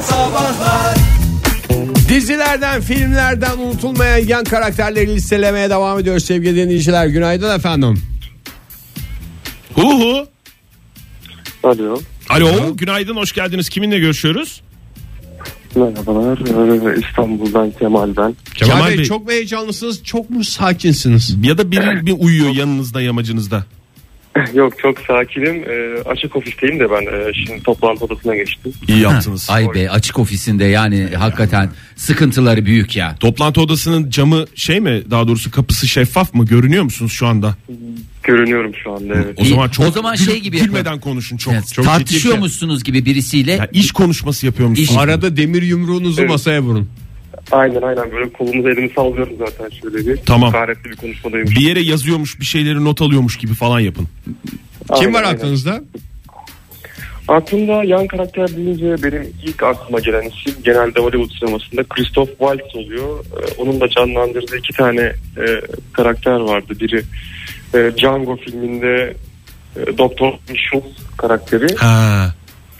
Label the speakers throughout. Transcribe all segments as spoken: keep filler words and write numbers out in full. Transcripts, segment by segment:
Speaker 1: Sabahlar. Dizilerden, filmlerden unutulmayan yan karakterleri listelemeye devam ediyoruz sevgili dinleyiciler. Günaydın efendim.
Speaker 2: Hu hu.
Speaker 3: Alo.
Speaker 2: Alo, günaydın, hoş geldiniz. Kiminle görüşüyoruz?
Speaker 3: Merhabalar. İstanbul'dan Kemal ben.
Speaker 1: Kemal,
Speaker 2: Kemal
Speaker 1: Bey,
Speaker 2: Bey,
Speaker 1: çok mu heyecanlısınız, çok mu sakinsiniz?
Speaker 2: Ya da biri bir uyuyor yanınızda, yamacınızda.
Speaker 3: Yok, çok sakinim. E, açık ofisteyim de ben e, şimdi toplantı odasına geçtim.
Speaker 2: İyi yaptınız.
Speaker 4: Ay be, açık ofisinde yani hakikaten sıkıntıları büyük ya.
Speaker 2: Toplantı odasının camı şey mi, daha doğrusu kapısı şeffaf mı? Görünüyor musunuz şu anda?
Speaker 3: Görünüyorum şu anda, evet.
Speaker 2: O zaman çok
Speaker 4: O zaman şey gibi
Speaker 2: gülmeden
Speaker 4: yapın.
Speaker 2: konuşun çok.
Speaker 4: Yani
Speaker 2: çok
Speaker 4: tartışıyormuşsunuz gibi birisiyle.
Speaker 2: Ya iş konuşması yapıyormuşsunuz.
Speaker 4: İş-
Speaker 1: Arada demir yumruğunuzu
Speaker 3: Evet.
Speaker 1: masaya vurun.
Speaker 3: Aynen aynen böyle kolumuzu elimi sallıyorum zaten şöyle bir.
Speaker 2: Tamam.
Speaker 3: Hakaretli bir konuşmadaymış.
Speaker 2: Bir yere yazıyormuş, bir şeyleri not alıyormuş gibi falan yapın.
Speaker 1: Kim
Speaker 3: Aynen,
Speaker 1: var
Speaker 3: aynen.
Speaker 1: aklınızda?
Speaker 3: Aklımda yan karakter deyince benim ilk aklıma gelen isim genelde Hollywood sinemasında Christoph Waltz oluyor. Ee, onun da canlandırdığı iki tane e, karakter vardı. Biri e, Django filminde e, Doktor Schultz karakteri.
Speaker 2: Ha.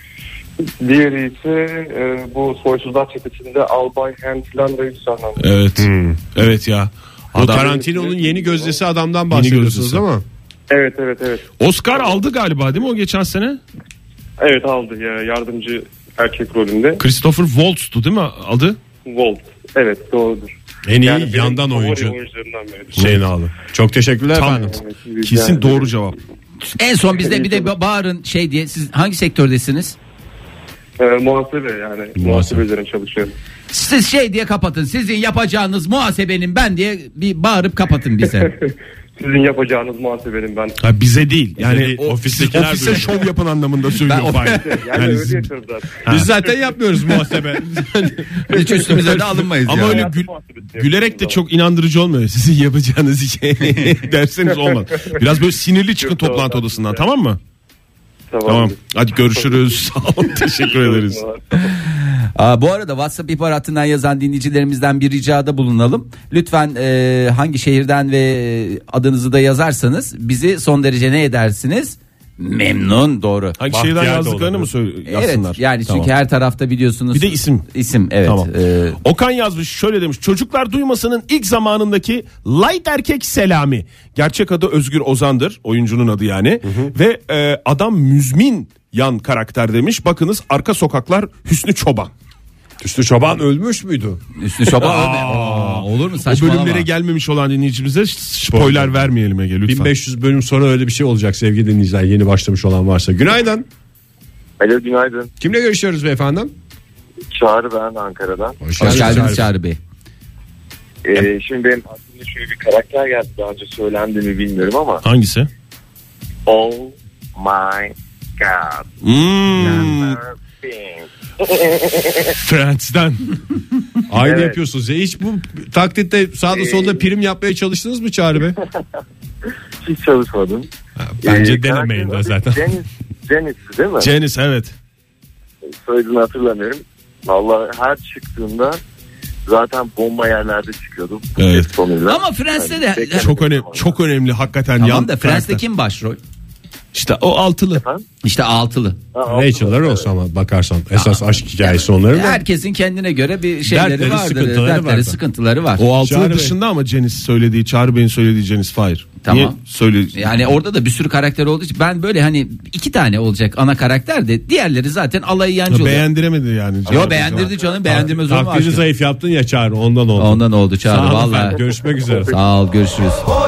Speaker 3: Diğeri ise e, bu Soysuzlar Çetesi'nde Albay Hans Landa'yı canlandırdı.
Speaker 2: Evet. Evet ya.
Speaker 1: Bu
Speaker 2: Adam
Speaker 1: Tarantino'nun yeni gözdesi adamdan
Speaker 2: Yeni
Speaker 1: bahsediyorsunuz
Speaker 2: gözdesi.
Speaker 1: değil mi?
Speaker 3: Evet evet evet.
Speaker 2: Oscar aldı galiba değil mi o geçen sene?
Speaker 3: Evet aldı ya, yardımcı erkek rolünde.
Speaker 2: Christopher Waltz'tu değil mi adı?
Speaker 3: Waltz. Evet doğrudur.
Speaker 1: En iyi
Speaker 3: Yani benim
Speaker 1: yandan
Speaker 3: favori
Speaker 1: oyuncu
Speaker 3: oyuncularımdan biri.
Speaker 1: şeyini aldı. Çok teşekkürler
Speaker 2: Tam
Speaker 1: efendim.
Speaker 3: Evet,
Speaker 2: kesin
Speaker 3: yani-
Speaker 2: doğru cevap.
Speaker 4: En son bizde bir de bağırın şey diye, siz hangi sektördesiniz?
Speaker 3: Ee, muhasebe yani. Muhasebe üzerine çalışıyorum.
Speaker 4: Siz şey diye kapatın, sizin yapacağınız muhasebenin ben diye bir bağırıp kapatın bize.
Speaker 3: Sizin yapacağınız muhasebenin ben.
Speaker 2: Ha, bize değil. Yani
Speaker 1: değil,
Speaker 2: o,
Speaker 1: ofistekiler
Speaker 2: ofise
Speaker 1: duyuyor.
Speaker 2: şov yapın anlamında söylüyorum.
Speaker 4: Ben-
Speaker 2: Fahir.
Speaker 3: Yani,
Speaker 2: Yani
Speaker 3: öyle
Speaker 2: siz-
Speaker 3: yapıyoruz zaten.
Speaker 1: Biz zaten yapmıyoruz muhasebe.
Speaker 4: Hiç üstümüze de alınmayız
Speaker 2: Ama
Speaker 4: ya.
Speaker 2: öyle
Speaker 3: Hayatı
Speaker 2: gül-
Speaker 3: muhasebesi
Speaker 2: gülerek de
Speaker 3: yapıyoruz
Speaker 2: çok inandırıcı olmuyor. Sizin yapacağınız şey derseniz olmaz. Biraz böyle sinirli çıkın
Speaker 3: Yok, tamam,
Speaker 2: toplantı
Speaker 3: tamam.
Speaker 2: odasından, tamam mı?
Speaker 3: Tamam.
Speaker 2: Tamam. Hadi görüşürüz. Sağ olun. Teşekkür ederiz.
Speaker 4: Aa, bu arada WhatsApp ihbar hattından yazan dinleyicilerimizden bir ricada bulunalım. Lütfen e, hangi şehirden ve adınızı da yazarsanız bizi son derece ne edersiniz? Memnun, doğru.
Speaker 2: Hangi
Speaker 1: Bahtiyar
Speaker 2: şehirden
Speaker 1: da
Speaker 2: yazdıklarını mı
Speaker 1: olabilir.
Speaker 2: söyle, yazsınlar?
Speaker 4: Evet, yani çünkü
Speaker 2: Tamam.
Speaker 4: her tarafta biliyorsunuz.
Speaker 2: Bir de isim.
Speaker 4: İsim, evet.
Speaker 2: Tamam.
Speaker 4: Ee,
Speaker 2: Okan yazmış, şöyle demiş: çocuklar duymasının ilk zamanındaki light erkek Selami. Gerçek adı Özgür Ozan'dır, oyuncunun adı yani. Ve e, adam müzmin yan karakter demiş. Bakınız, Arka Sokaklar Hüsnü Çoban.
Speaker 1: Üstü Çoban ölmüş müydü?
Speaker 4: Üstü Çoban ölme. Aa, olur mu,
Speaker 2: O
Speaker 4: saçmalama.
Speaker 2: bölümlere gelmemiş olan dinleyicimize spoiler vermeyelim Ege lütfen.
Speaker 1: bin beş yüz bölüm sonra öyle bir şey olacak sevgili dinleyiciler, yeni başlamış olan varsa. Günaydın.
Speaker 3: Alo, günaydın.
Speaker 1: Kimle görüşüyoruz beyefendi?
Speaker 3: Çağrı ben Ankara'dan.
Speaker 1: Hoş
Speaker 4: Hoş geldiniz Çağrı Bey.
Speaker 3: Ee, şimdi benim aklımda şöyle bir karakter geldi. Daha önce söylendi mi bilmiyorum ama.
Speaker 2: Hangisi?
Speaker 3: Oh my god.
Speaker 2: Hmm, Friends'den.
Speaker 1: Aynı
Speaker 3: Evet.
Speaker 1: yapıyorsunuz. Ya hiç bu taklitte sağda solda prim yapmaya çalıştınız mı Çağrı Bey?
Speaker 3: Hiç çalışmadım.
Speaker 1: Bence
Speaker 3: Ee,
Speaker 1: denemeyin de
Speaker 3: karakterin
Speaker 1: zaten.
Speaker 3: adı Janice, Janice değil mi?
Speaker 2: Janice, evet.
Speaker 3: Soyadını hatırlamıyorum. Vallahi her çıktığında zaten bomba yerlerde çıkıyordum.
Speaker 2: Evet.
Speaker 3: Sonuyla.
Speaker 4: Ama Friends'te de-
Speaker 3: beklemedim
Speaker 2: Çok önemli,
Speaker 3: ama.
Speaker 2: çok önemli hakikaten
Speaker 4: Tamam
Speaker 2: yan
Speaker 4: da Friends'te
Speaker 2: karakter.
Speaker 4: kim başrol?
Speaker 2: İşte o altılı.
Speaker 3: Efendim?
Speaker 4: İşte altılı.
Speaker 3: Ha,
Speaker 1: Rachel'lar
Speaker 3: evet.
Speaker 1: olsa ama bakarsan esas aşk hikayesi onların da.
Speaker 4: Herkesin kendine göre bir şeyleri
Speaker 1: Dertleri,
Speaker 4: vardır.
Speaker 1: sıkıntıları
Speaker 4: Dertleri,
Speaker 1: vardır.
Speaker 4: sıkıntıları var.
Speaker 2: O altılı
Speaker 1: Çağrı Bey.
Speaker 2: dışında ama Janice söylediği, Çağrı Bey'in söylediği Janice Fire.
Speaker 4: Tamam.
Speaker 2: Niye söyle?
Speaker 4: Yani orada da bir sürü karakter olduğu için ben böyle hani iki tane olacak ana karakter de diğerleri zaten alayı yancı oluyor.
Speaker 2: Beğendiremedi yani.
Speaker 4: Yo, beğendirdi canım, beğendirmez olur mu?
Speaker 1: Taklidi
Speaker 4: aşkım?
Speaker 1: zayıf yaptın ya Çağrı, ondan oldu.
Speaker 4: Ondan oldu Çağrı,
Speaker 1: Sağ olun
Speaker 4: vallahi.
Speaker 1: efendim, görüşmek üzere.
Speaker 4: Sağ ol, görüşürüz.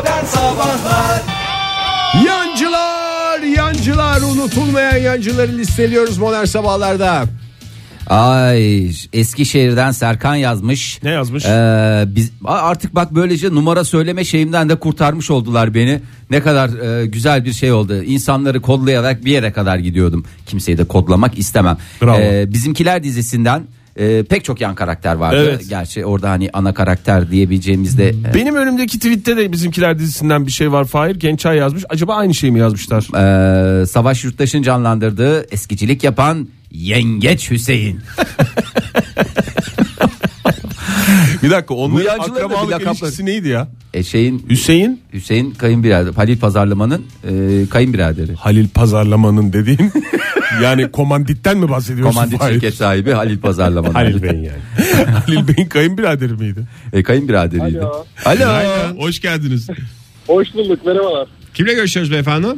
Speaker 1: Yancılar, yancılar, unutulmayan yancıları listeliyoruz modern sabahlarda.
Speaker 4: Ay, Eskişehir'den Serkan yazmış.
Speaker 2: Ne yazmış?
Speaker 4: Ee, biz artık bak böylece numara söyleme şeyimden de kurtarmış oldular beni. Ne kadar e, güzel bir şey oldu. İnsanları kodlayarak bir yere kadar gidiyordum. Kimseyi de kodlamak istemem.
Speaker 2: Bravo.
Speaker 4: Ee, Bizimkiler dizisinden e, pek çok yan karakter vardı.
Speaker 2: Evet.
Speaker 4: Gerçi orada hani ana karakter diyebileceğimizde e,
Speaker 2: Benim önümdeki tweette de Bizimkiler dizisinden bir şey var Fahir. Gençay yazmış. Acaba aynı şeyi mi yazmışlar?
Speaker 4: e, Savaş Yurttaş'ın canlandırdığı eskicilik yapan Yengeç Hüseyin.
Speaker 2: Bir dakika, onların
Speaker 4: yancıların da bir
Speaker 2: akrabalık
Speaker 4: lakapları.
Speaker 2: ilişkisi neydi ya?
Speaker 4: E şeyin
Speaker 2: Hüseyin
Speaker 4: Hüseyin kayınbirader, Halil Pazarlama'nın e, kayınbiraderi.
Speaker 2: Halil Pazarlama'nın dediğin yani komanditten mi bahsediyorsun?
Speaker 4: Komandit
Speaker 2: Fahir?
Speaker 4: şirket sahibi Halil Pazarlama'nın.
Speaker 1: Halil Bey'in yani.
Speaker 2: Halil Bey'in kayınbiraderi miydi?
Speaker 4: E, kayınbiraderiydi.
Speaker 5: Alo.
Speaker 4: Alo.
Speaker 2: Hoş geldiniz.
Speaker 5: Hoş bulduk, merhabalar.
Speaker 1: Kimle görüşüyoruz beyefendi?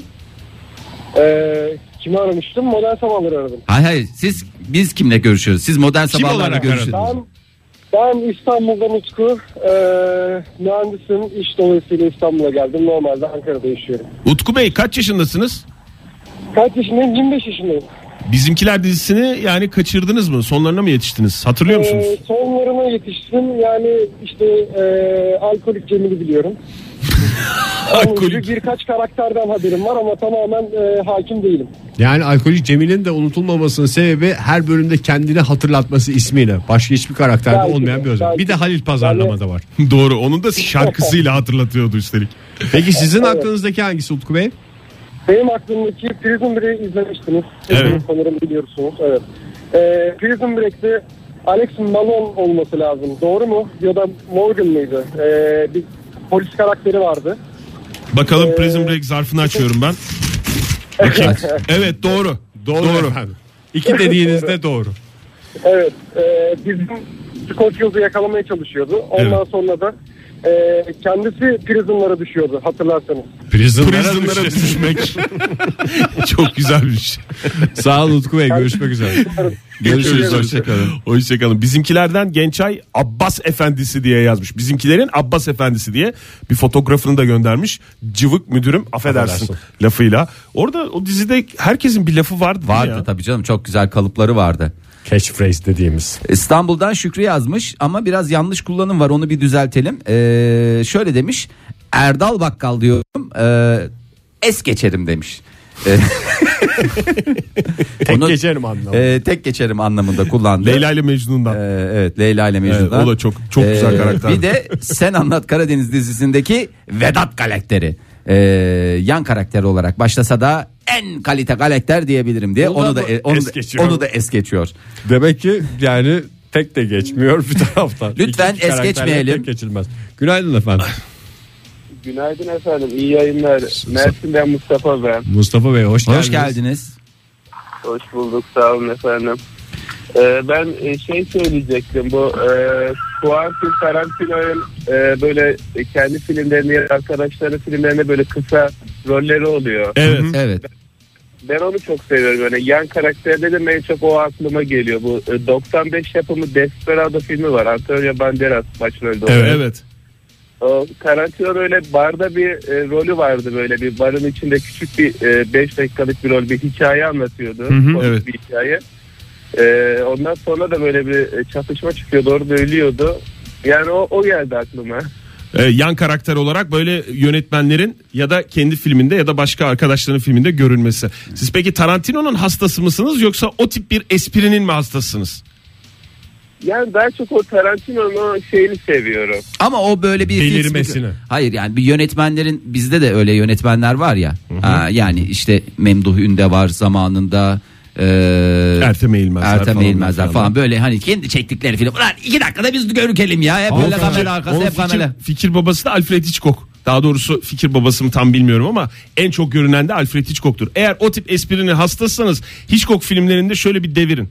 Speaker 5: Ee, kimi aramıştım? Modern Sabahları aradım.
Speaker 4: Hayır hayır, siz biz kimle görüşüyoruz? Siz modern
Speaker 1: Kim
Speaker 4: sabahlarla
Speaker 1: olarak
Speaker 4: görüşüyorsunuz.
Speaker 5: Ben ben İstanbul'dan Utku. Ee, mühendisim. İş dolayısıyla İstanbul'a geldim. Normalde Ankara'da yaşıyorum.
Speaker 2: Utku Bey kaç yaşındasınız?
Speaker 5: Kaç yaşındayım? yirmi beş yaşındayım.
Speaker 2: Bizimkiler dizisini yani kaçırdınız mı? Sonlarına mı yetiştiniz? Hatırlıyor musunuz?
Speaker 5: Ee, sonlarına yetiştim. Yani işte e, alkolik Cemil'i biliyorum.
Speaker 2: Alkolik.
Speaker 5: Birkaç karakterden haberim var ama tamamen e, hakim değilim.
Speaker 1: Yani alkolik Cemil'in de unutulmamasının sebebi her bölümde kendini hatırlatması ismiyle. Başka hiçbir karakterde
Speaker 5: Belki
Speaker 1: olmayan
Speaker 5: de,
Speaker 1: bir özellik.
Speaker 5: belki
Speaker 1: Bir de
Speaker 5: de.
Speaker 1: Halil Pazarlama'da var.
Speaker 2: Doğru, onun da şarkısıyla hatırlatıyordu üstelik.
Speaker 1: Peki sizin aklınızdaki hangisi Utku Bey?
Speaker 5: Benim aklımdaki Prison Break'i izlemiştiniz.
Speaker 2: Evet.
Speaker 5: Hepiniz sanırım biliyorsunuz. Evet. Ee, Prison Break'te Alex Malone olması lazım. Doğru mu? Ya da Morgan mıydı? Ee, bir polis karakteri vardı.
Speaker 2: Bakalım
Speaker 5: Ee,
Speaker 2: Prison Break zarfını açıyorum ben. Evet, doğru.
Speaker 1: Doğru,
Speaker 2: Doğru.
Speaker 1: efendim. İki dediğinizde doğru.
Speaker 5: Evet. E, bizim Scottfield'u yakalamaya çalışıyordu. Ondan
Speaker 2: Evet.
Speaker 5: sonra da e, kendisi prisonlara düşüyordu hatırlarsanız.
Speaker 1: Prisonlara,
Speaker 2: Prisonlara
Speaker 1: düşeceğiz.
Speaker 2: düşmek. Çok güzelmiş.
Speaker 1: Sağ olun Utku Bey, görüşmek üzere.
Speaker 4: Görüşürüz, hoşçakalın.
Speaker 2: Hoşçakalın. Bizimkilerden Gençay Abbas Efendisi diye yazmış. Bizimkilerin Abbas Efendisi diye bir fotoğrafını da göndermiş. Cıvık müdürüm affedersin,
Speaker 1: Affedersin.
Speaker 2: lafıyla. Orada o dizide herkesin bir lafı vardı. değil mi
Speaker 4: Vardı
Speaker 2: ya?
Speaker 4: tabii canım, çok güzel kalıpları vardı.
Speaker 1: Catchphrase dediğimiz.
Speaker 4: İstanbul'dan Şükrü yazmış ama biraz yanlış kullanım var, onu bir düzeltelim. Ee, şöyle demiş, Erdal Bakkal diyorum, ee, es geçerim demiş. Ee,
Speaker 1: Tek
Speaker 4: Onu-
Speaker 1: geçerim anlamı.
Speaker 4: ee, tek geçerim anlamında kullandı.
Speaker 2: Leyla ile Mecnun'dan.
Speaker 4: Ee, evet, Leyla ile Mecnun'dan.
Speaker 2: Evet, o da çok- çok güzel karakter.
Speaker 4: Bir de Sen Anlat Karadeniz dizisindeki Vedat karakteri. Ee, yan karakter olarak başlasa da en kalite karakter diyebilirim diye
Speaker 1: Onu
Speaker 4: onu
Speaker 1: da
Speaker 4: da
Speaker 1: mı
Speaker 4: onu
Speaker 1: es
Speaker 4: da,
Speaker 1: geçiyor?
Speaker 4: onu da es geçiyor.
Speaker 1: Demek ki yani tek de geçmiyor bir taraftan.
Speaker 4: Lütfen
Speaker 1: İki
Speaker 4: es
Speaker 1: karakterle
Speaker 4: geçmeyelim.
Speaker 1: Tek geçilmez. Günaydın efendim.
Speaker 5: Günaydın efendim. İyi yayınlar. Mersin'den Mustafa ben.
Speaker 1: Mustafa Bey hoş geldiniz.
Speaker 4: Hoş geldiniz.
Speaker 5: Hoş bulduk. Sağ olun efendim. Ee, ben e, şey söyleyecektim. Bu e, Quentin Tarantino'nun e, böyle kendi filmlerinde ya da arkadaşlarının filmlerinde böyle kısa rolleri oluyor.
Speaker 2: Evet.
Speaker 4: Evet.
Speaker 5: Ben onu çok seviyorum. Yani yan karakterde de en çok o aklıma geliyor. Bu e, doksan beş yapımı Desperado filmi var. Antonio Banderas başrolde oynuyor.
Speaker 2: Evet. evet.
Speaker 5: O Tarantino öyle barda bir e, rolü vardı, böyle bir barın içinde küçük bir beş dakikalık bir rol, bir hikaye anlatıyordu.
Speaker 2: Hı hı,
Speaker 5: Komik
Speaker 2: evet.
Speaker 5: bir hikaye. E, ondan sonra da böyle bir e, çatışma çıkıyordu, orada ölüyordu. Yani o, o geldi aklıma.
Speaker 2: Ee, yan karakter olarak böyle yönetmenlerin ya da kendi filminde ya da başka arkadaşlarının filminde görünmesi. Siz peki Tarantino'nun hastası mısınız yoksa o tip bir esprinin mi hastasınız?
Speaker 5: Yani daha çok o Tarantino'nun o şeyini seviyorum.
Speaker 4: Ama o böyle bir
Speaker 1: Delirmesini.
Speaker 4: Hayır, yani bir yönetmenlerin, bizde de öyle yönetmenler var ya. Ha, yani işte Memduh Ünde var zamanında. E,
Speaker 2: Ertem Eğilmezler
Speaker 4: Ertem
Speaker 2: falan
Speaker 4: Eğilmezler
Speaker 2: falan.
Speaker 4: falan, böyle hani kendi çektikleri film. Ulan iki dakikada biz görükelim ya. Hep böyle kamera arkası,
Speaker 2: Onun
Speaker 4: hep kamera.
Speaker 2: fikir, fikir babası da Alfred Hitchcock. Daha doğrusu fikir babası mı tam bilmiyorum ama en çok görünen de Alfred Hitchcock'tur. Eğer o tip esprinin hastassanız Hitchcock filmlerinde şöyle bir devirin.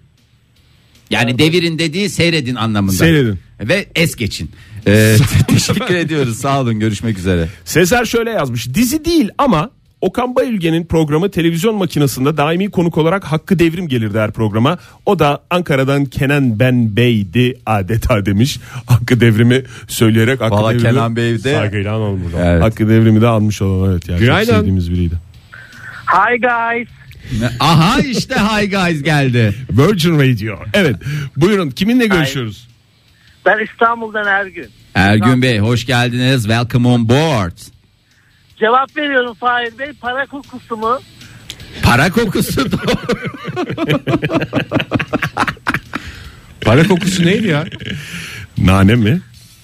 Speaker 4: Yani devirin dediği seyredin anlamında.
Speaker 2: Seyredin.
Speaker 4: Ve es geçin. Ee, teşekkür ediyoruz. Sağ olun. Görüşmek üzere.
Speaker 2: Sezer şöyle yazmış. Dizi değil ama Okan Bayülgen'in programı televizyon makinesinde daimi konuk olarak Hakkı Devrim gelirdi her programa. O da Ankara'dan Kenan Ben Bey'di adeta demiş. Hakkı Devrim'i söyleyerek Hakkı
Speaker 4: Valla
Speaker 2: Devrim'i
Speaker 4: Kenan Bey de
Speaker 1: Saygıyla analım burada.
Speaker 4: evet.
Speaker 2: Hakkı Devrim'i de almış olan, evet yani
Speaker 1: Günaydın.
Speaker 2: çok sevdiğimiz biriydi.
Speaker 5: Hi guys.
Speaker 4: Aha işte Hi Guys geldi.
Speaker 2: Virgin Radio. Evet. Buyurun, kiminle görüşüyoruz?
Speaker 5: Ben İstanbul'dan Ergün.
Speaker 4: Ergün Bey hoş geldiniz. Welcome on board.
Speaker 5: Cevap veriyorum Fahir Bey. Para kokusu mu?
Speaker 4: Para kokusu doğru.
Speaker 1: Para kokusu neydi ya?
Speaker 2: Nane mi?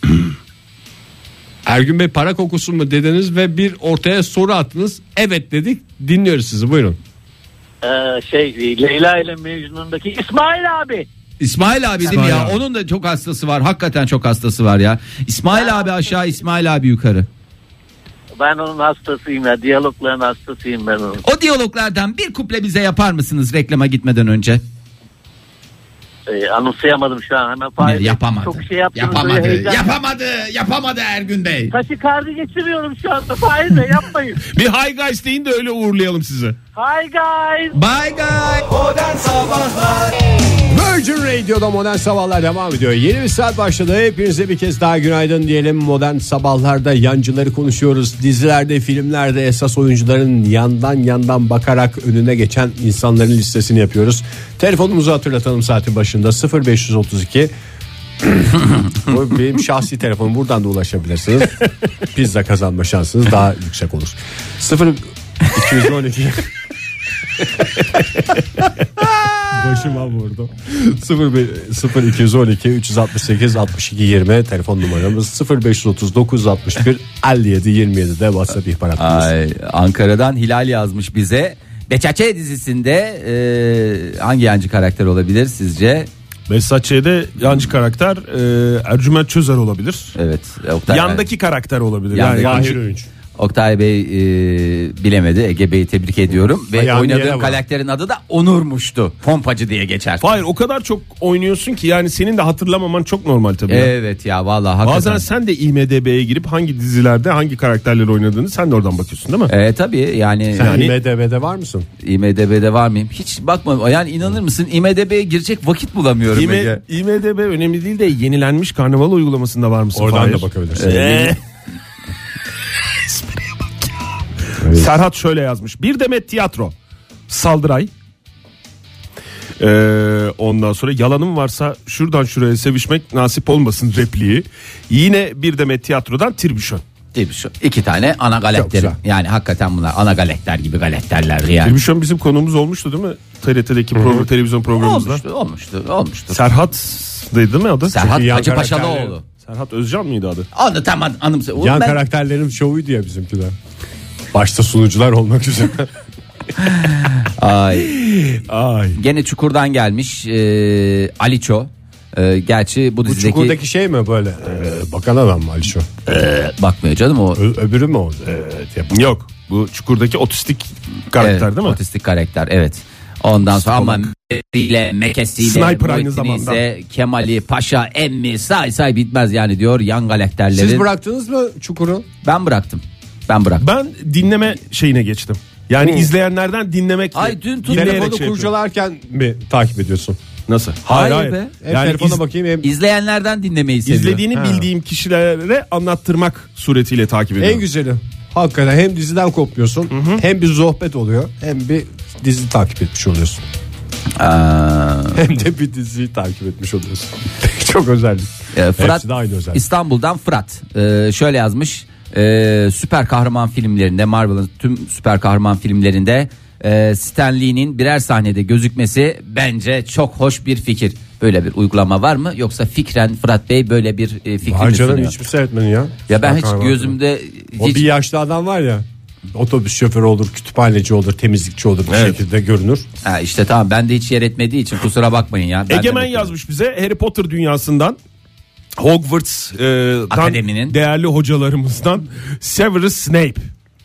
Speaker 1: Ergün Bey para kokusu mu dediniz ve bir ortaya soru attınız. Evet dedik, dinliyoruz sizi, buyurun.
Speaker 5: Ee, şey Leyla ile Mecnun'daki İsmail abi.
Speaker 4: İsmail abi değil mi ya? Onun da çok hastası var. Hakikaten çok hastası var ya. İsmail ya, abi aşağı, İsmail abi yukarı.
Speaker 6: Ben onun hastasıyım ya. Diyalogların hastasıyım ben onun.
Speaker 4: O diyaloglardan bir kuple bize yapar mısınız reklama gitmeden önce?
Speaker 6: Ee, anımsayamadım şu an. Hemen Fahir Bey,
Speaker 4: yapamadı.
Speaker 6: Çok şey yaptınız.
Speaker 4: Yapamadı. Yapamadı. Yapamadı Ergün Bey.
Speaker 6: Taşikardı geçiriyorum şu anda. Fahir Bey yapmayın.
Speaker 2: Bir hi guys deyin de öyle uğurlayalım sizi.
Speaker 6: Hi guys.
Speaker 4: Bye guys.
Speaker 1: Modern Sabahlar Virgin Radio'da Modern Sabahlar devam ediyor. Yeni bir saat başladı. Hepinize bir kez daha günaydın diyelim. Modern Sabahlar'da yancıları konuşuyoruz. Dizilerde, filmlerde esas oyuncuların yandan yandan bakarak önüne geçen insanların listesini yapıyoruz. Telefonumuzu hatırlatalım saatin başında sıfır beş otuz iki. Bu benim şahsi telefonum, buradan da ulaşabilirsiniz. Pizza kazanma şansınız daha yüksek olur. sıfır iki yüz on iki Başıma vurdu. sıfır iki yüz on iki üç altı sekiz altmış iki yirmi telefon numaramız, sıfır beş otuz dokuz altmış bir elli yedi yirmi yedi de WhatsApp ihbar hattımız.
Speaker 4: Ay, Ankara'dan Hilal yazmış bize. Beçaçe dizisinde e, hangi yancı karakter olabilir sizce?
Speaker 2: Behzatçı'da yancı karakter e, Ercüment Çözer olabilir.
Speaker 4: Evet. Oktay,
Speaker 2: Yandaki karakter olabilir.
Speaker 4: Yandaki-
Speaker 2: Yani
Speaker 1: Fahir Öğünç.
Speaker 4: Oktay Bey e, bilemedi. Ege Bey'i tebrik ediyorum. Ve
Speaker 1: Ayağın yere
Speaker 4: oynadığım
Speaker 1: bak.
Speaker 4: karakterin adı da Onur'muştu. Pompacı diye geçer.
Speaker 2: Hayır, o kadar çok oynuyorsun ki yani senin de hatırlamaman çok normal tabii. ya.
Speaker 4: Evet ya vallahi hakikaten.
Speaker 2: Bazen sen de I M D B'ye girip hangi dizilerde hangi karakterleri oynadığını sen de oradan bakıyorsun değil mi?
Speaker 4: E, tabii yani.
Speaker 1: Sen
Speaker 2: Yani-
Speaker 1: I M D B'de var mısın?
Speaker 4: I M D B'de var mıyım? Hiç bakma. Yani inanır mısın? I M D B'ye girecek vakit bulamıyorum.
Speaker 2: I M,
Speaker 4: Ege.
Speaker 2: I M D B önemli değil de yenilenmiş karnaval uygulamasında var mısın?
Speaker 1: Oradan
Speaker 2: Fahir?
Speaker 1: da bakabilirsin.
Speaker 2: Ee, Serhat şöyle yazmış. Bir demet tiyatro. Saldıray. Ee, ondan sonra yalanım varsa şuradan şuraya sevişmek nasip olmasın repliği. Yine bir demet tiyatrodan Tribüşon.
Speaker 4: Değil mi şu? İki tane ana galakleri.
Speaker 1: güzel.
Speaker 4: Yani hakikaten bunlar ana galakler gibi galakterler yani.
Speaker 2: Tribüşon bizim konuğumuz olmuştu değil mi? T R T'deki program, televizyon programımızda.
Speaker 4: Olmuştu, olmuştu, olmuştu.
Speaker 2: Serhat'daydı değil mi adı?
Speaker 4: Serhat
Speaker 1: Çünkü yan
Speaker 4: Hacı
Speaker 1: karakterleri-
Speaker 4: Paşalıoğlu.
Speaker 2: Serhat Özcan mıydı adı?
Speaker 4: Onu tam an- anımsa. Oğlum
Speaker 1: Yan
Speaker 4: ben-
Speaker 1: karakterlerin şovuydu ya bizimkiler. Başta sunucular olmak üzere.
Speaker 4: Ay.
Speaker 2: Ay.
Speaker 4: Gene Çukur'dan gelmiş e, Aliço. E, gerçi bu
Speaker 1: Bu
Speaker 4: dizideki
Speaker 1: çukurdaki şey mi böyle? Ee, bakan adam mı Alişo?
Speaker 4: bakmıyor canım o.
Speaker 1: Ö- öbürü mü o? Evet, yapın.
Speaker 2: Yok. Bu Çukur'daki otistik karakter
Speaker 4: Evet,
Speaker 2: değil mi?
Speaker 4: Otistik karakter evet. Ondan sonra ama ile Mekesi'yle
Speaker 2: Sniper aynı
Speaker 4: Muhittin'ise, Kemal'i, Paşa, Emmi say say bitmez yani diyor yan galakterleri.
Speaker 1: Siz bıraktınız mı Çukur'u?
Speaker 4: Ben bıraktım. Ben bıraktım.
Speaker 2: Ben dinleme şeyine geçtim. Yani
Speaker 1: Hı.
Speaker 2: izleyenlerden dinlemek.
Speaker 4: Ay, dün tut-
Speaker 2: dinleyerek
Speaker 1: Telefonu
Speaker 2: şey yapıyorum.
Speaker 1: kurcalarken mi takip ediyorsun?
Speaker 2: Nasıl?
Speaker 4: Hayır
Speaker 2: Hayır, hayır.
Speaker 4: be.
Speaker 1: Hem
Speaker 2: Yani
Speaker 1: telefona
Speaker 2: iz-
Speaker 1: bakayım hem
Speaker 4: İzleyenlerden dinlemeyi seviyorum.
Speaker 2: izlediğini
Speaker 1: Ha.
Speaker 2: bildiğim kişilere anlattırmak suretiyle takip ediyorum.
Speaker 1: en güzeli. Hakikaten hem diziden kopmuyorsun, hem bir sohbet oluyor, hem bir dizi takip etmiş oluyorsun.
Speaker 4: Aa,
Speaker 1: Hem de bir diziyi takip etmiş oluyorsun. Çok özellik.
Speaker 4: e, Fırat
Speaker 1: Hepsi de aynı özellik.
Speaker 4: İstanbul'dan Fırat e, şöyle yazmış. E, süper kahraman filmlerinde, Marvel'ın tüm süper kahraman filmlerinde e, Stan Lee'nin birer sahnede gözükmesi bence çok hoş bir fikir. Böyle bir uygulama var mı? Yoksa fikren Fırat Bey böyle bir e, fikri mi
Speaker 1: Harcanın
Speaker 4: sunuyor?
Speaker 1: hiçbir seyretmedin ya.
Speaker 4: Ya ben hiç
Speaker 1: Kahraman.
Speaker 4: gözümde
Speaker 1: O
Speaker 4: hiç
Speaker 1: bir yaşlı adam var ya. Otobüs şoförü olur, kütüphaneci olur, temizlikçi olur bir
Speaker 2: Evet.
Speaker 1: şekilde görünür.
Speaker 4: ha, işte tamam ben de hiç yer etmediği için kusura bakmayın ya. Ben de
Speaker 2: Egemen
Speaker 4: bekliyorum.
Speaker 2: yazmış bize Harry Potter dünyasından Hogwarts'dan
Speaker 4: Akademinin.
Speaker 2: değerli hocalarımızdan Severus Snape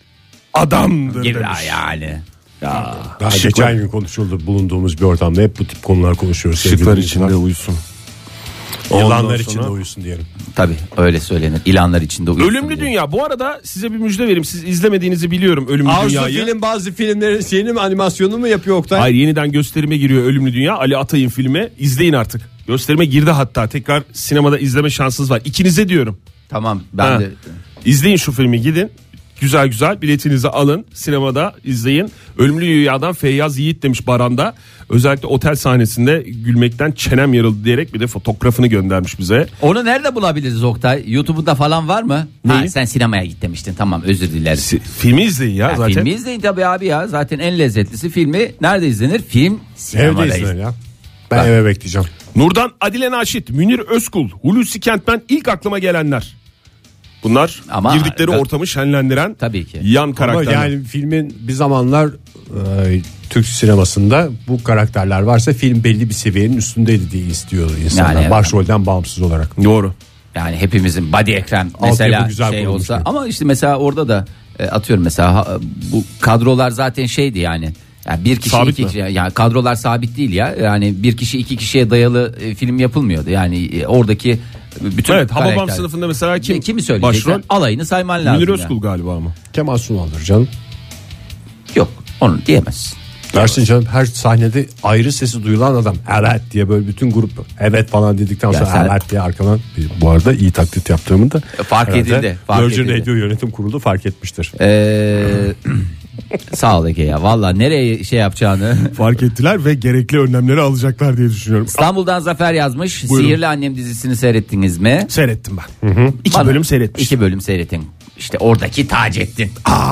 Speaker 2: adamdır
Speaker 4: Gibi
Speaker 2: demiş.
Speaker 4: yani. Ya.
Speaker 1: Daha
Speaker 2: Şıklar-
Speaker 1: geçen gün konuşuldu bulunduğumuz bir ortamda hep bu tip konular konuşuyoruz. sevgili
Speaker 2: Şıklar
Speaker 1: dinleyiciler.
Speaker 2: içinde uyusun.
Speaker 1: Yılanlar
Speaker 2: Ondan
Speaker 1: içinde
Speaker 2: sonra-
Speaker 1: uyusun diyelim.
Speaker 4: Tabii öyle söylenir. İlanlar içinde uyusun
Speaker 2: Ölümlü
Speaker 4: diye.
Speaker 2: Dünya. Bu arada size bir müjde vereyim. Siz izlemediğinizi biliyorum Ölümlü
Speaker 1: Arzu
Speaker 2: Dünya'yı.
Speaker 1: film bazı filmlerin yeni mi animasyonu mu yapıyor Oktay?
Speaker 2: Hayır, yeniden gösterime giriyor Ölümlü Dünya. Ali Atay'ın filmi. İzleyin artık. Gösterime girdi hatta. Tekrar sinemada izleme şansınız var. İkinize diyorum.
Speaker 4: Tamam ben
Speaker 2: Ha.
Speaker 4: de
Speaker 2: İzleyin şu filmi, gidin. Güzel güzel biletinizi alın. Sinemada izleyin. Ölümlü Dünya'dan Feyyaz Yiğit demiş Baran'da. Özellikle otel sahnesinde gülmekten çenem yarıldı diyerek bir de fotoğrafını göndermiş bize.
Speaker 4: onu nerede bulabiliriz Oktay? YouTube'da falan var mı? Ha,
Speaker 2: Neyi?
Speaker 4: sen sinemaya git demiştin. Tamam özür dileriz.
Speaker 2: Si- Filmi izleyin ya,
Speaker 4: Ya
Speaker 2: zaten.
Speaker 4: filmi izleyin tabii abi ya. Zaten en lezzetlisi filmi nerede izlenir? Film sinemada
Speaker 1: Evde izlenir
Speaker 4: izlenir.
Speaker 1: ya. Ben
Speaker 4: Bak.
Speaker 1: eve bekleyeceğim.
Speaker 2: Nurdan Adile Naşit, Münir Özkul, Hulusi Kentmen ilk aklıma gelenler. Bunlar
Speaker 4: Ama-
Speaker 2: girdikleri ortamı şenlendiren
Speaker 4: Tabii ki.
Speaker 2: yan
Speaker 1: Ama
Speaker 2: karakterler.
Speaker 1: yani filmin bir zamanlar e, Türk sinemasında bu karakterler varsa film belli bir seviyenin üstündeydi diye istiyordu insanlar.
Speaker 4: Yani evet.
Speaker 1: Başrolden bağımsız olarak.
Speaker 2: Doğru.
Speaker 4: Yani hepimizin Body Ekrem mesela
Speaker 1: güzel
Speaker 4: şey
Speaker 1: kurulmuş
Speaker 4: olsa
Speaker 1: yani.
Speaker 4: ama işte mesela orada da e, atıyorum mesela ha, bu kadrolar zaten şeydi yani. Yani bir kişi
Speaker 2: Sabit
Speaker 4: iki
Speaker 2: mi?
Speaker 4: kişi yani kadrolar sabit değil ya. Yani bir kişi iki kişiye dayalı e, film yapılmıyordu. Yani e, oradaki bütün
Speaker 2: Evet, Hababam
Speaker 4: karakter-
Speaker 2: sınıfında mesela kim?
Speaker 4: kimi söyleyecekler?
Speaker 2: Başrol?
Speaker 4: Alayını sayman lazım.
Speaker 2: Münir
Speaker 4: ya.
Speaker 2: Özkul galiba ama.
Speaker 1: Kemal Sunal'dır canım.
Speaker 4: Yok onu diyemezsin.
Speaker 1: Dersin canım, her sahnede ayrı sesi duyulan adam. Evet diye böyle bütün grup evet falan dedikten
Speaker 4: Ya
Speaker 1: sonra
Speaker 4: sen-
Speaker 1: evet diye arkadan. Bu arada iyi taklit yaptığımı da
Speaker 4: Fark
Speaker 1: herhalde
Speaker 4: edildi, fark
Speaker 1: Virgin
Speaker 4: edildi.
Speaker 1: Radio Yönetim Kurulu fark etmiştir.
Speaker 4: Ee, sağ ol Ege ya. Valla nereye şey yapacağını.
Speaker 2: Fark ettiler ve gerekli önlemleri alacaklar diye düşünüyorum.
Speaker 4: İstanbul'dan Zafer yazmış.
Speaker 2: Buyurun.
Speaker 4: Sihirli Annem dizisini seyrettiniz mi?
Speaker 2: Seyrettim ben. İki
Speaker 4: Bana-
Speaker 2: bölüm seyretmiştim.
Speaker 4: İki bölüm seyrettin. İşte oradaki Taceddin.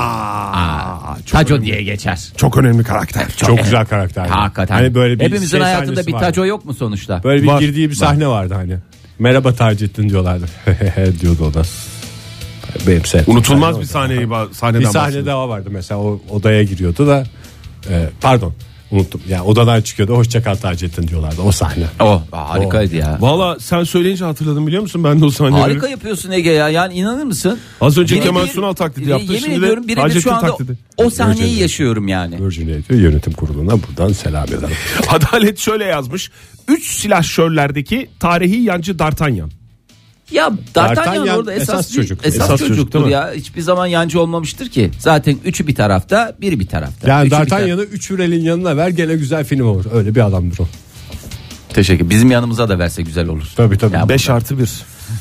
Speaker 4: Aa, Taco diye geçer.
Speaker 2: Çok önemli karakter.
Speaker 1: Çok
Speaker 4: evet.
Speaker 1: güzel karakter.
Speaker 4: Hakikaten.
Speaker 1: Hani böyle bir
Speaker 4: Hepimizin
Speaker 1: şey
Speaker 4: hayatında
Speaker 1: sahnesi
Speaker 4: bir
Speaker 1: vardı.
Speaker 4: Taco yok mu sonuçta?
Speaker 1: Böyle bir
Speaker 2: Var.
Speaker 1: girdiği bir sahne vardı hani. Merhaba Taceddin diyorlardı. diyordu o da. Benim sevdiğim
Speaker 2: Unutulmaz
Speaker 1: sahne
Speaker 2: bir
Speaker 1: o.
Speaker 2: sahneyi ba- sahneden
Speaker 1: Bir sahne
Speaker 2: bahsediyorum.
Speaker 1: daha vardı mesela, o odaya giriyordu da e, pardon unuttum. Yani odadan çıkıyordu, hoşça kal Taceddin diyorlardı o sahne.
Speaker 4: Oh, harikaydı ya.
Speaker 2: Valla sen söyleyince hatırladım, biliyor musun? Ben de o sahneleri.
Speaker 4: Harika yapıyorsun Ege ya. Yani inanır mısın?
Speaker 2: Az önce
Speaker 4: Birebir-
Speaker 2: Kemal Sunal taklidi
Speaker 4: Ye-
Speaker 2: yaptı.
Speaker 4: Yemin
Speaker 2: Şimdi de
Speaker 4: ediyorum birebir
Speaker 2: Taceddin
Speaker 4: şu anda
Speaker 2: taklidi.
Speaker 4: o sahneyi
Speaker 1: Virgin-
Speaker 4: yaşıyorum yani.
Speaker 1: Virgin Radio Yönetim Kurulu'na buradan selam ederim.
Speaker 2: Adalet şöyle yazmış. Üç silahşörlerdeki tarihi yancı D'Artagnan.
Speaker 4: Ya D'Artagnan
Speaker 1: D'Artagnan
Speaker 4: orada esas,
Speaker 1: esas
Speaker 4: bir-
Speaker 1: çocuk.
Speaker 4: Esas,
Speaker 2: Esas çocuk
Speaker 4: çocuktur
Speaker 2: değil mi?
Speaker 4: ya. Hiçbir zaman yancı olmamıştır ki. Zaten üçü bir tarafta, biri bir tarafta.
Speaker 1: Yani
Speaker 4: Üçü bir
Speaker 1: D'Artagnan'ı üç Hürel'in yanına ver, gene güzel film olur. Öyle bir adamdır o.
Speaker 4: taraf- Teşekkür. Bizim yanımıza da verse güzel olur.
Speaker 1: Tabii tabii.
Speaker 4: Ya
Speaker 2: beş artı bir.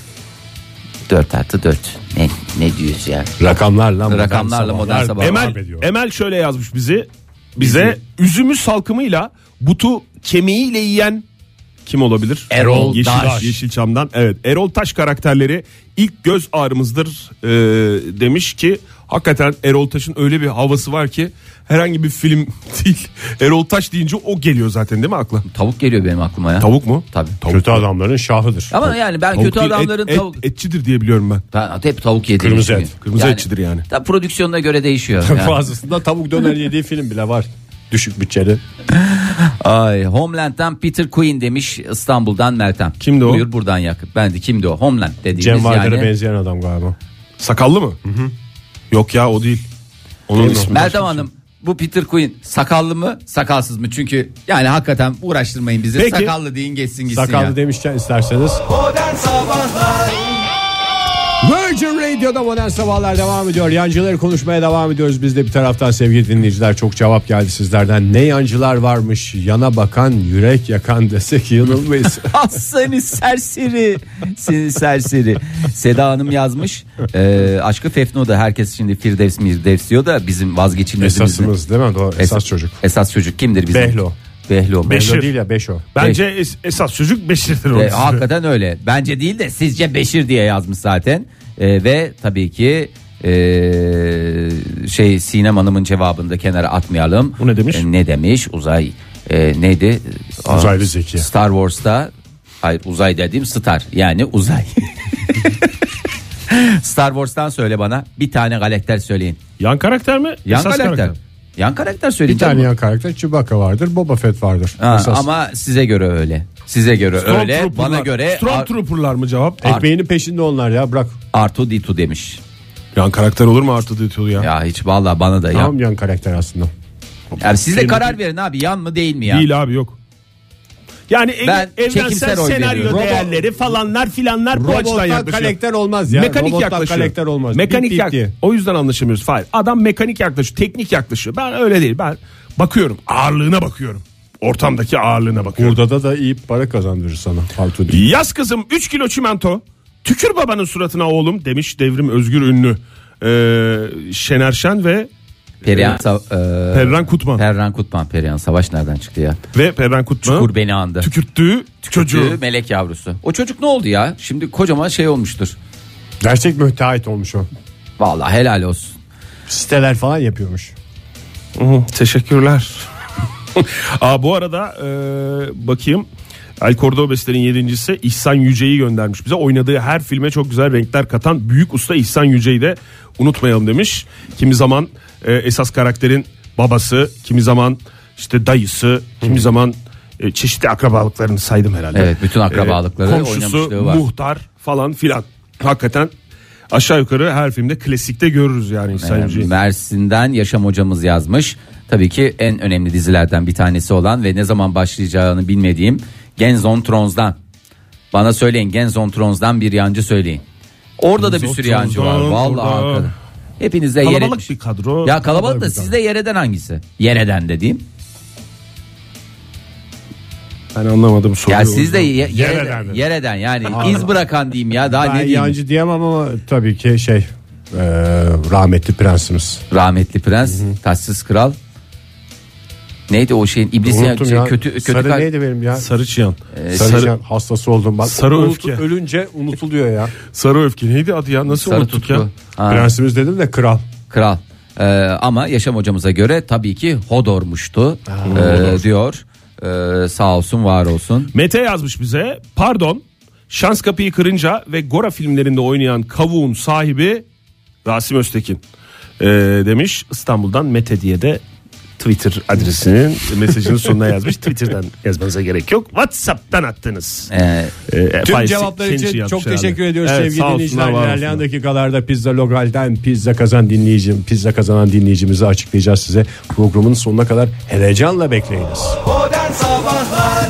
Speaker 4: dört artı dört. Ne ne diyoruz ya?
Speaker 1: Rakamlarla modern
Speaker 4: Rakamlarla modern
Speaker 1: sabahlar
Speaker 4: sabahlar.
Speaker 1: devam
Speaker 2: Emel,
Speaker 1: ediyor.
Speaker 2: Emel şöyle yazmış bizi. Bize üzümü salkımıyla butu kemiğiyle yiyen kim olabilir?
Speaker 4: Erol
Speaker 2: Yeşil,
Speaker 4: Taş.
Speaker 2: Yeşilçam'dan. Evet, Erol Taş karakterleri ilk göz ağrımızdır e, demiş ki hakikaten Erol Taş'ın öyle bir havası var ki herhangi bir film değil. Erol Taş deyince o geliyor zaten, değil mi akla?
Speaker 4: Tavuk geliyor benim aklıma ya.
Speaker 2: Tavuk mu?
Speaker 4: Tabii.
Speaker 1: Kötü adamların şahıdır.
Speaker 4: Ama yani ben
Speaker 2: Tavuk
Speaker 4: kötü
Speaker 2: değil, et-
Speaker 4: adamların
Speaker 2: et-
Speaker 4: tavuk...
Speaker 2: etçidir diye biliyorum ben.
Speaker 4: Ben hep tavuk yediğim
Speaker 1: Kırmızı
Speaker 4: için.
Speaker 1: et.
Speaker 2: Kırmızı etçidir yani.
Speaker 4: Tabii prodüksiyonuna göre değişiyor. Yani.
Speaker 1: Fazlasında tavuk döner yediği film bile var. Düşük bütçeli.
Speaker 4: Ay, Homeland'dan Peter Quinn demiş İstanbul'dan Meltem.
Speaker 2: Kimdi o?
Speaker 4: Buyur buradan yakın. Ben de kimdi o? Homeland dediğimiz
Speaker 1: Cem Vardar'a
Speaker 4: yani.
Speaker 1: benzeyen adam galiba.
Speaker 2: Sakallı mı? Hı hı. Yok ya, o değil. Onun ismi.
Speaker 4: Meltem Hanım, bu Peter Quinn sakallı mı sakalsız mı? Çünkü yani hakikaten uğraştırmayın bizi.
Speaker 1: Peki.
Speaker 4: Sakallı deyin geçsin gitsin
Speaker 1: Sakallı
Speaker 4: ya.
Speaker 1: demişken isterseniz. Virgin Radio'da Modern Sabahlar devam ediyor. Yancıları konuşmaya devam ediyoruz. Biz de bir taraftan sevgili dinleyiciler, çok cevap geldi sizlerden. Ne yancılar varmış, yana bakan, yürek yakan desek yanılmayız.
Speaker 4: Ah, seni serseri. Seni serseri. Seda Hanım yazmış. E, aşkı Fefno'da herkes şimdi Firdevs Mirdevs diyor da bizim vazgeçilmezimizin.
Speaker 1: Esasımız değil mi? Doğru, esas çocuk.
Speaker 4: Esas çocuk kimdir bizim?
Speaker 1: Behlo.
Speaker 4: Behlo.
Speaker 2: Beşir.
Speaker 1: Behlo değil ya, Beşo.
Speaker 2: Bence es- esas çocuk Beşir'dir o.
Speaker 4: E, hakikaten öyle. Bence değil de sizce Beşir diye yazmış zaten. E, ve tabii ki e, şey Sinem Hanım'ın cevabını da kenara atmayalım.
Speaker 2: O ne demiş?
Speaker 4: E, ne demiş? Uzay e, neydi? Aa,
Speaker 1: Uzaylı Zeki.
Speaker 4: Star Wars'ta, hayır uzay dediğim Star yani uzay. Star Wars'tan söyle bana bir tane karakter söyleyin.
Speaker 2: Yan karakter mi?
Speaker 4: Yan
Speaker 2: Esas
Speaker 4: karakter. Yan karakter söyleyin.
Speaker 1: Bir tane
Speaker 4: canım.
Speaker 1: yan karakter Chewbacca vardır, Boba Fett vardır.
Speaker 4: Ha,
Speaker 1: Esas.
Speaker 4: ama size göre öyle. Size göre öyle.
Speaker 2: Stormtrooper'lar-
Speaker 4: Bana göre
Speaker 2: Stormtrooper'lar mı cevap?
Speaker 1: Ekmeğinin peşinde onlar ya, bırak.
Speaker 4: Artu Ditu demiş.
Speaker 2: Yan karakter olur mu Artu Ditu ya?
Speaker 4: Ya hiç vallahi bana da ya.
Speaker 1: Tamam, yan karakter aslında.
Speaker 4: Yani siz de
Speaker 2: Filmdeki-
Speaker 4: karar verin abi, yan mı değil mi ya?
Speaker 2: Değil abi, yok. Yani ev-
Speaker 4: Ben
Speaker 2: evrensel
Speaker 4: çekimsel oy
Speaker 2: senaryo
Speaker 4: veriyorum.
Speaker 2: değerleri falanlar filanlar bu açıdan
Speaker 1: Robottan
Speaker 2: yaklaşıyor.
Speaker 1: karakter olmaz ya.
Speaker 2: Mekanik
Speaker 1: Robottan
Speaker 2: yaklaşıyor.
Speaker 1: karakter olmaz.
Speaker 2: Mekanik
Speaker 1: Bip bip
Speaker 2: yak-
Speaker 1: diye.
Speaker 2: O yüzden anlaşamıyoruz. Hayır. Adam mekanik yaklaşıyor, teknik yaklaşıyor. Ben öyle değil. Ben bakıyorum. Ağırlığına bakıyorum. Ortamdaki ağırlığına bakıyorum.
Speaker 1: Burada da da iyi para kazandırır sana. Artu değil.
Speaker 2: Yaz kızım üç kilo çimento. Tükür babanın suratına oğlum demiş Devrim Özgür ünlü. Ee, Şener Şen ve
Speaker 4: Perihan, Sa- e,
Speaker 2: Perran Kutman.
Speaker 4: Perran Kutman. Perihan Savaş nereden çıktı ya?
Speaker 2: Ve Perran Kutman
Speaker 4: Çukur beni andı.
Speaker 2: tükürttüğü çocuğu.
Speaker 4: Tüh, melek yavrusu. O çocuk ne oldu ya? Şimdi kocaman şey olmuştur.
Speaker 1: Gerçek müteahhit olmuş o.
Speaker 4: Vallahi helal olsun.
Speaker 1: Siteler falan yapıyormuş.
Speaker 2: Hı, teşekkürler. Aa, bu arada e, bakayım. El Cordobes'lerin yedincisi İhsan Yüce'yi göndermiş bize. Oynadığı her filme çok güzel renkler katan büyük usta İhsan Yüce'yi de unutmayalım demiş. Kimi zaman e, esas karakterin babası, kimi zaman işte dayısı, kimi hmm. zaman e, çeşitli akrabalıklarını saydım herhalde.
Speaker 4: Evet, bütün akrabalıkları
Speaker 2: e, komşusu, var. Muhtar falan filan. Hakikaten aşağı yukarı her filmde klasikte görürüz yani İhsan Yüce'yi.
Speaker 4: Mersin'den Yaşam hocamız yazmış. Tabii ki en önemli dizilerden bir tanesi olan ve ne zaman başlayacağını bilmediğim Games on Thrones'dan. Bana söyleyin, Games on Thrones'dan bir yancı söyleyin. Orada Games da bir sürü yancı var. Vallahi arkadaş. Hepiniz de yere...
Speaker 2: Kalabalık bir kadro.
Speaker 4: Ya kalabalık da sizde yereden hangisi? Yereden dediğim.
Speaker 2: Ben anlamadım soruyu.
Speaker 4: Ya sizde ye- yereden, yereden yani Aa, iz bırakan diyeyim ya. Daha
Speaker 1: ben
Speaker 4: ne diyeyim?
Speaker 1: yancı diyemem ama tabii ki şey e, rahmetli prensimiz.
Speaker 4: Rahmetli prens, Hı-hı. taçsız kral. Neydi o şeyin iblisi ya, şey, kötü kötü
Speaker 1: Sarı
Speaker 4: kal-
Speaker 1: neydi benim ya?
Speaker 2: Sarı Çıyan.
Speaker 1: Ee, Sarı Çıyan hastası oldum bak.
Speaker 2: Sarı
Speaker 1: Unut,
Speaker 2: öfke.
Speaker 1: Ölünce unutuluyor ya.
Speaker 2: Sarı öfke neydi adı ya? Nasıl
Speaker 4: Sarı
Speaker 2: unuttuk
Speaker 4: tutku.
Speaker 2: ya?
Speaker 4: Ha.
Speaker 1: Prensimiz dedim de kral.
Speaker 4: Kral. Ee, ama Yaşam hocamıza göre tabii ki Hodor'muştu. Ee, Hodor. Diyor. Ee, sağ olsun, var olsun.
Speaker 2: Mete yazmış bize. Pardon. Şans Kapıyı Kırınca ve Gora filmlerinde oynayan kavuğun sahibi Rasim Öztekin ee, demiş. İstanbul'dan Mete diye de Twitter adresinin mesajının sonuna yazmış. Twitter'dan yazmanıza gerek yok. WhatsApp'tan attınız.
Speaker 4: Ee,
Speaker 1: ee, Tüm cevaplar için şey çok teşekkür herhalde. ediyoruz evet, sevgili dinleyiciler. İlerleyen dakikalarda Pizza Lokal'den pizza kazan dinleyicim, pizza kazanan dinleyicimizi açıklayacağız size. Programın sonuna kadar heyecanla bekleyiniz. Modern Sabahlar.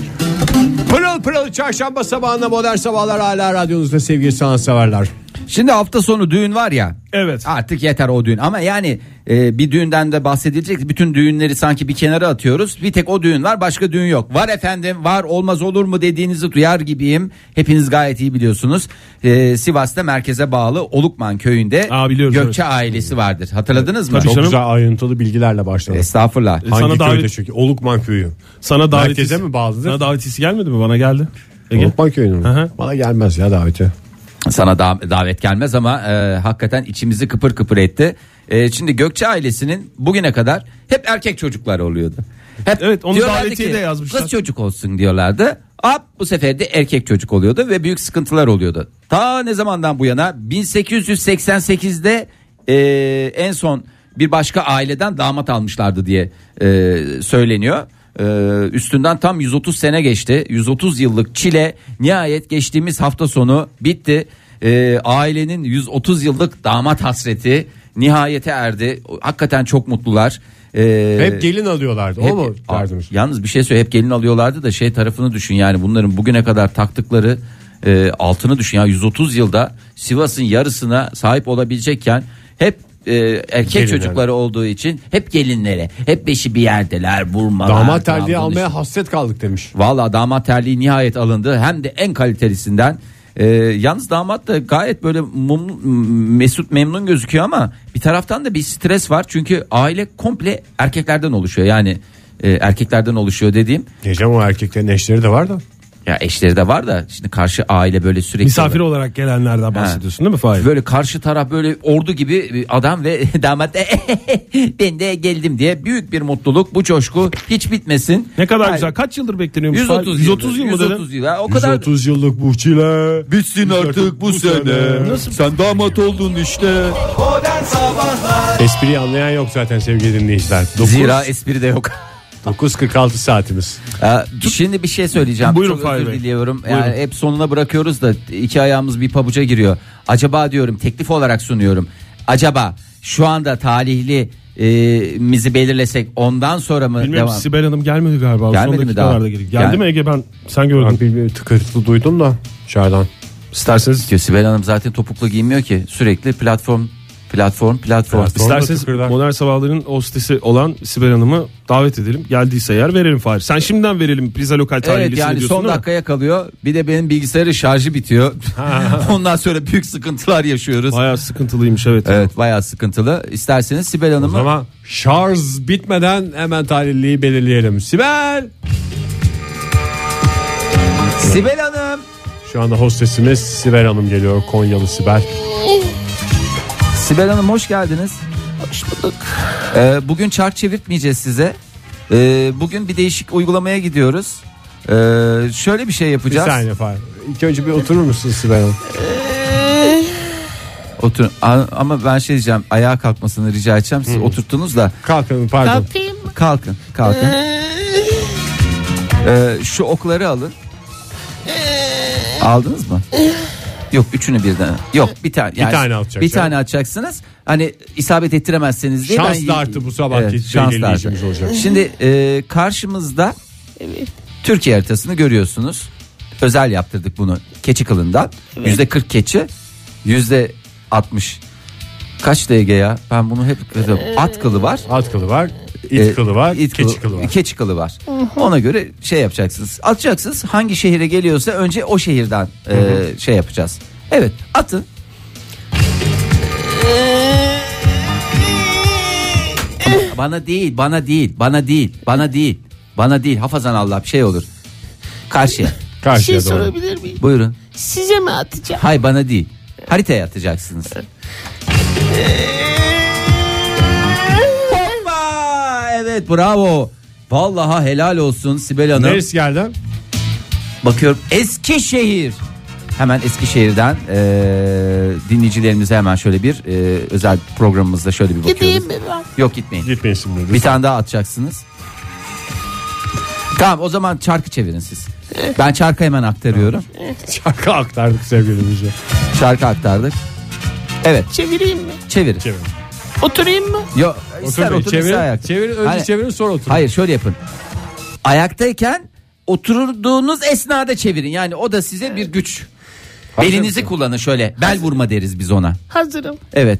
Speaker 1: Pırıl pırıl çarşamba sabahında Modern Sabahlar hala radyonuzda sevgili sanatseverler.
Speaker 4: Şimdi hafta sonu düğün var ya.
Speaker 2: Evet.
Speaker 4: Artık yeter o düğün. Ama yani e, bir düğünden de bahsedilecek. Bütün düğünleri sanki bir kenara atıyoruz. Bir tek o düğün var, başka düğün yok. Var efendim, var, olmaz olur mu dediğinizi duyar gibiyim. Hepiniz gayet iyi biliyorsunuz. E, Sivas'ta merkeze bağlı Olukman köyünde
Speaker 2: Aa,
Speaker 4: Gökçe
Speaker 2: evet.
Speaker 4: ailesi vardır. Hatırladınız mı?
Speaker 1: Çok güzel ayrıntılı bilgilerle başladı.
Speaker 4: Estağfurullah.
Speaker 1: Hangi sana köyde davet... çünkü? Olukman köyü.
Speaker 2: Sana davetisi...
Speaker 1: Merkeze mi bağlıdır?
Speaker 2: Sana davetisi gelmedi mi? Bana geldi.
Speaker 1: Ege. Olukman köyünün mü? Hı-hı. Bana gelmez ya daveti.
Speaker 4: Sana da, davet gelmez ama e, hakikaten içimizi kıpır kıpır etti. E, şimdi Gökçe ailesinin bugüne kadar hep erkek çocukları oluyordu. Hep
Speaker 2: evet, onu davetiye de yazmışlar.
Speaker 4: Kız çocuk olsun diyorlardı. Hop, bu sefer de erkek çocuk oluyordu ve büyük sıkıntılar oluyordu. Ta ne zamandan bu yana bin sekiz yüz seksen sekizde e, en son bir başka aileden damat almışlardı diye e, söyleniyor. Ee, üstünden tam yüz otuz sene geçti. yüz otuz yıllık çile nihayet geçtiğimiz hafta sonu bitti. Ee, ailenin yüz otuz yıllık damat hasreti nihayete erdi. Hakikaten çok mutlular.
Speaker 1: Ee, hep gelin alıyorlardı.
Speaker 4: Hep,
Speaker 1: o mu derdimiz?
Speaker 4: Yalnız bir şey söyle, hep gelin alıyorlardı da şey tarafını düşün, yani bunların bugüne kadar taktıkları e, altını düşün ya. yüz otuz yılda Sivas'ın yarısına sahip olabilecekken hep e, erkek gelinler. Çocukları olduğu için hep gelinlere, hep beşi bir yerdeler, vurmalar.
Speaker 1: Damat terliği almaya işte. Hasret kaldık demiş.
Speaker 4: Valla damat terliği nihayet alındı, hem de en kalitelisinden. E, yalnız damat da gayet böyle mum, mesut memnun gözüküyor ama bir taraftan da bir stres var, çünkü aile komple erkeklerden oluşuyor, yani e, erkeklerden oluşuyor dediğim.
Speaker 1: Diyeceğim, o erkeklerin eşleri de var da.
Speaker 4: Ya eşleri de var da şimdi karşı aile böyle sürekli
Speaker 2: misafir olarak, olarak gelenlerden bahsediyorsun ha. Değil mi Fahir?
Speaker 4: Böyle karşı taraf böyle ordu gibi adam ve damat ben de geldim diye büyük bir mutluluk, bu coşku hiç bitmesin.
Speaker 2: Ne kadar yani, güzel. Kaç yıldır bekleniyormuş?
Speaker 4: yüz otuz,
Speaker 2: yüz otuz yıl mı dedin?
Speaker 4: yüz otuz yıl. O kadar...
Speaker 1: yüz otuz yıllık bu çile
Speaker 4: bitsin artık bu sene. sene.
Speaker 1: Nasıl? Sen damat oldun işte. Espriyi anlayan yok zaten sevgili dinleyiciler. dokuz...
Speaker 4: Zira espri de yok.
Speaker 1: dokuz kırk altı saatimiz.
Speaker 4: Ee, şimdi bir şey söyleyeceğim.
Speaker 2: Buyurun,
Speaker 4: çok özür
Speaker 2: Bey.
Speaker 4: diliyorum. Yani hep sonuna bırakıyoruz da iki ayağımız bir pabuca giriyor. Acaba diyorum, teklif olarak sunuyorum. Acaba şu anda talihli e, mizi belirlesek ondan sonra mı
Speaker 2: bilmiyorum,
Speaker 4: devam?
Speaker 2: Sibel Hanım gelmedi galiba.
Speaker 4: Gelmedi mi daha?
Speaker 2: Geldi Gel- mi Ege, ben sen gördün.
Speaker 1: Ben bir tıkırtılı duydum da dışarıdan.
Speaker 2: İsterseniz
Speaker 4: diyor, Sibel Hanım zaten topuklu giymiyor ki, sürekli platform platform platform.
Speaker 2: İsterseniz Modern Sabahların hostesi olan Sibel Hanım'ı davet edelim. Geldiyse eğer verelim Fahir. Sen şimdiden verelim Pizza Lokal tarihlisi
Speaker 4: evet, yani
Speaker 2: diyorsun,
Speaker 4: son dakikaya kalıyor. Bir de benim bilgisayarın şarjı bitiyor. Ondan sonra büyük sıkıntılar yaşıyoruz.
Speaker 2: Bayağı sıkıntılıymış evet.
Speaker 4: Evet, bayağı sıkıntılı. İsterseniz Sibel Hanım'ı.
Speaker 1: O zaman şarj bitmeden hemen tarihliliği belirleyelim. Sibel!
Speaker 4: Sibel Hanım!
Speaker 1: Şu anda hostesimiz Sibel Hanım geliyor. Konyalı Sibel.
Speaker 4: Sibel Hanım hoş geldiniz.
Speaker 2: Hoş bulduk.
Speaker 4: Ee, bugün çark çevirtmeyeceğiz size. Ee, bugün bir değişik uygulamaya gidiyoruz. Ee, şöyle bir şey
Speaker 1: Bir
Speaker 4: yapacağız.
Speaker 1: saniye Fahir. İlk önce bir oturur musun Sibel Hanım?
Speaker 4: Otur. A- Ama ben şey diyeceğim, ayağa kalkmasını rica edeceğim. Siz oturttunuz da
Speaker 1: Kalkın pardon.
Speaker 6: Kalkayım mı?
Speaker 4: kalkın, kalkın. Ee, şu okları alın. Aldınız mı? Yok, üçünü birden. Yok, bir tane. Yani
Speaker 1: tane alacaksın.
Speaker 4: Bir tane atacaksınız. Hani isabet ettiremezseniz diye.
Speaker 1: Şans
Speaker 4: ben-
Speaker 1: dartı bu sabahki
Speaker 4: Evet, şans
Speaker 1: belirleyicimiz
Speaker 4: dartı.
Speaker 1: olacak.
Speaker 4: Şimdi e, karşımızda Türkiye haritasını görüyorsunuz. Özel yaptırdık bunu keçi kılından. Yüzde kırk keçi, yüzde altmış. Kaç D G ya? Ben bunu hep at kılı var.
Speaker 1: At kılı var, it
Speaker 4: e,
Speaker 1: kılı var,
Speaker 4: it
Speaker 1: keçi kılı var.
Speaker 4: Keçi kılı var. Ona göre şey yapacaksınız. Atacaksınız. Hangi şehire geliyorsa önce o şehirden e, şey yapacağız. Evet, atın. Bana değil, bana değil, bana değil, bana değil, bana değil. Hafazan Allah bir şey olur. Karşıya.
Speaker 6: Bir
Speaker 1: Karşıya
Speaker 6: şey
Speaker 1: doğru.
Speaker 6: sorabilir miyim?
Speaker 4: Buyurun.
Speaker 6: Size mi atacağım?
Speaker 4: Hay bana değil. Haritaya atacaksınız. Hoppa! Evet, bravo. Vallahi helal olsun Sibel Hanım.
Speaker 1: Neresi geldi?
Speaker 4: Bakıyorum, Eskişehir. Hemen Eskişehir'den eee dinleyicilerimize hemen şöyle bir eee, özel programımızda şöyle bir bakıyoruz.
Speaker 6: Gideyim mi ben?
Speaker 4: Yok, gitmeyin.
Speaker 1: Gitmeyin şimdi.
Speaker 4: Bir tane daha atacaksınız. Tamam, o zaman çarkı çevirin siz. Ben çarkı hemen aktarıyorum.
Speaker 1: Şarkı aktardık sevgili dinleyiciler.
Speaker 4: Çarkı aktardık. Evet,
Speaker 6: Çevireyim mi?
Speaker 4: çevirin.
Speaker 1: Çevirin.
Speaker 6: Oturayım mı?
Speaker 4: Yok, ister
Speaker 1: Oturmayın.
Speaker 4: oturun,
Speaker 1: Çevirin,
Speaker 4: ister ayakta.
Speaker 1: çevirin, önce
Speaker 4: Hayır.
Speaker 1: çevirin sonra oturun.
Speaker 4: Hayır, şöyle yapın. Ayaktayken oturduğunuz esnada çevirin. Yani o da size bir güç. Belinizi kullanın şöyle. Bel vurma deriz biz ona.
Speaker 6: Hazırım.
Speaker 4: Evet.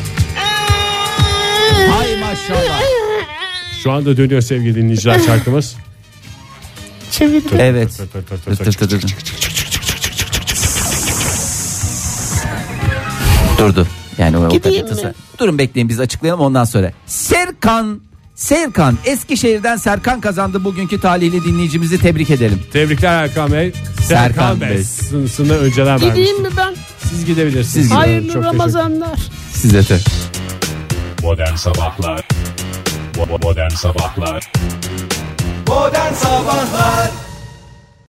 Speaker 4: Hay maşallah.
Speaker 1: Şu anda dönüyor sevgili dinleyiciler şarkımız.
Speaker 6: Çevirdim.
Speaker 4: Evet.
Speaker 1: Tır tır tır tır
Speaker 4: Tır tır tır tır. Durdu. Yani o, o
Speaker 6: Gideyim
Speaker 4: kadar
Speaker 6: mi?
Speaker 4: Durun, bekleyin, biz açıklayalım ondan sonra. Serkan Serkan Eskişehir'den Serkan kazandı, bugünkü talihli dinleyicimizi tebrik edelim.
Speaker 1: Tebrikler Erkan Bey.
Speaker 4: Serkan
Speaker 1: Serkan
Speaker 4: Bey.
Speaker 1: Bey sınıfını önceden vermiş.
Speaker 6: Gideyim mi ben?
Speaker 1: Siz gidebilirsiniz.
Speaker 4: Siz gidin.
Speaker 6: Hayırlı
Speaker 1: Çok
Speaker 6: Ramazanlar.
Speaker 4: Size de.
Speaker 7: Modern Sabahlar Bo- Modern Sabahlar
Speaker 8: Modern Sabahlar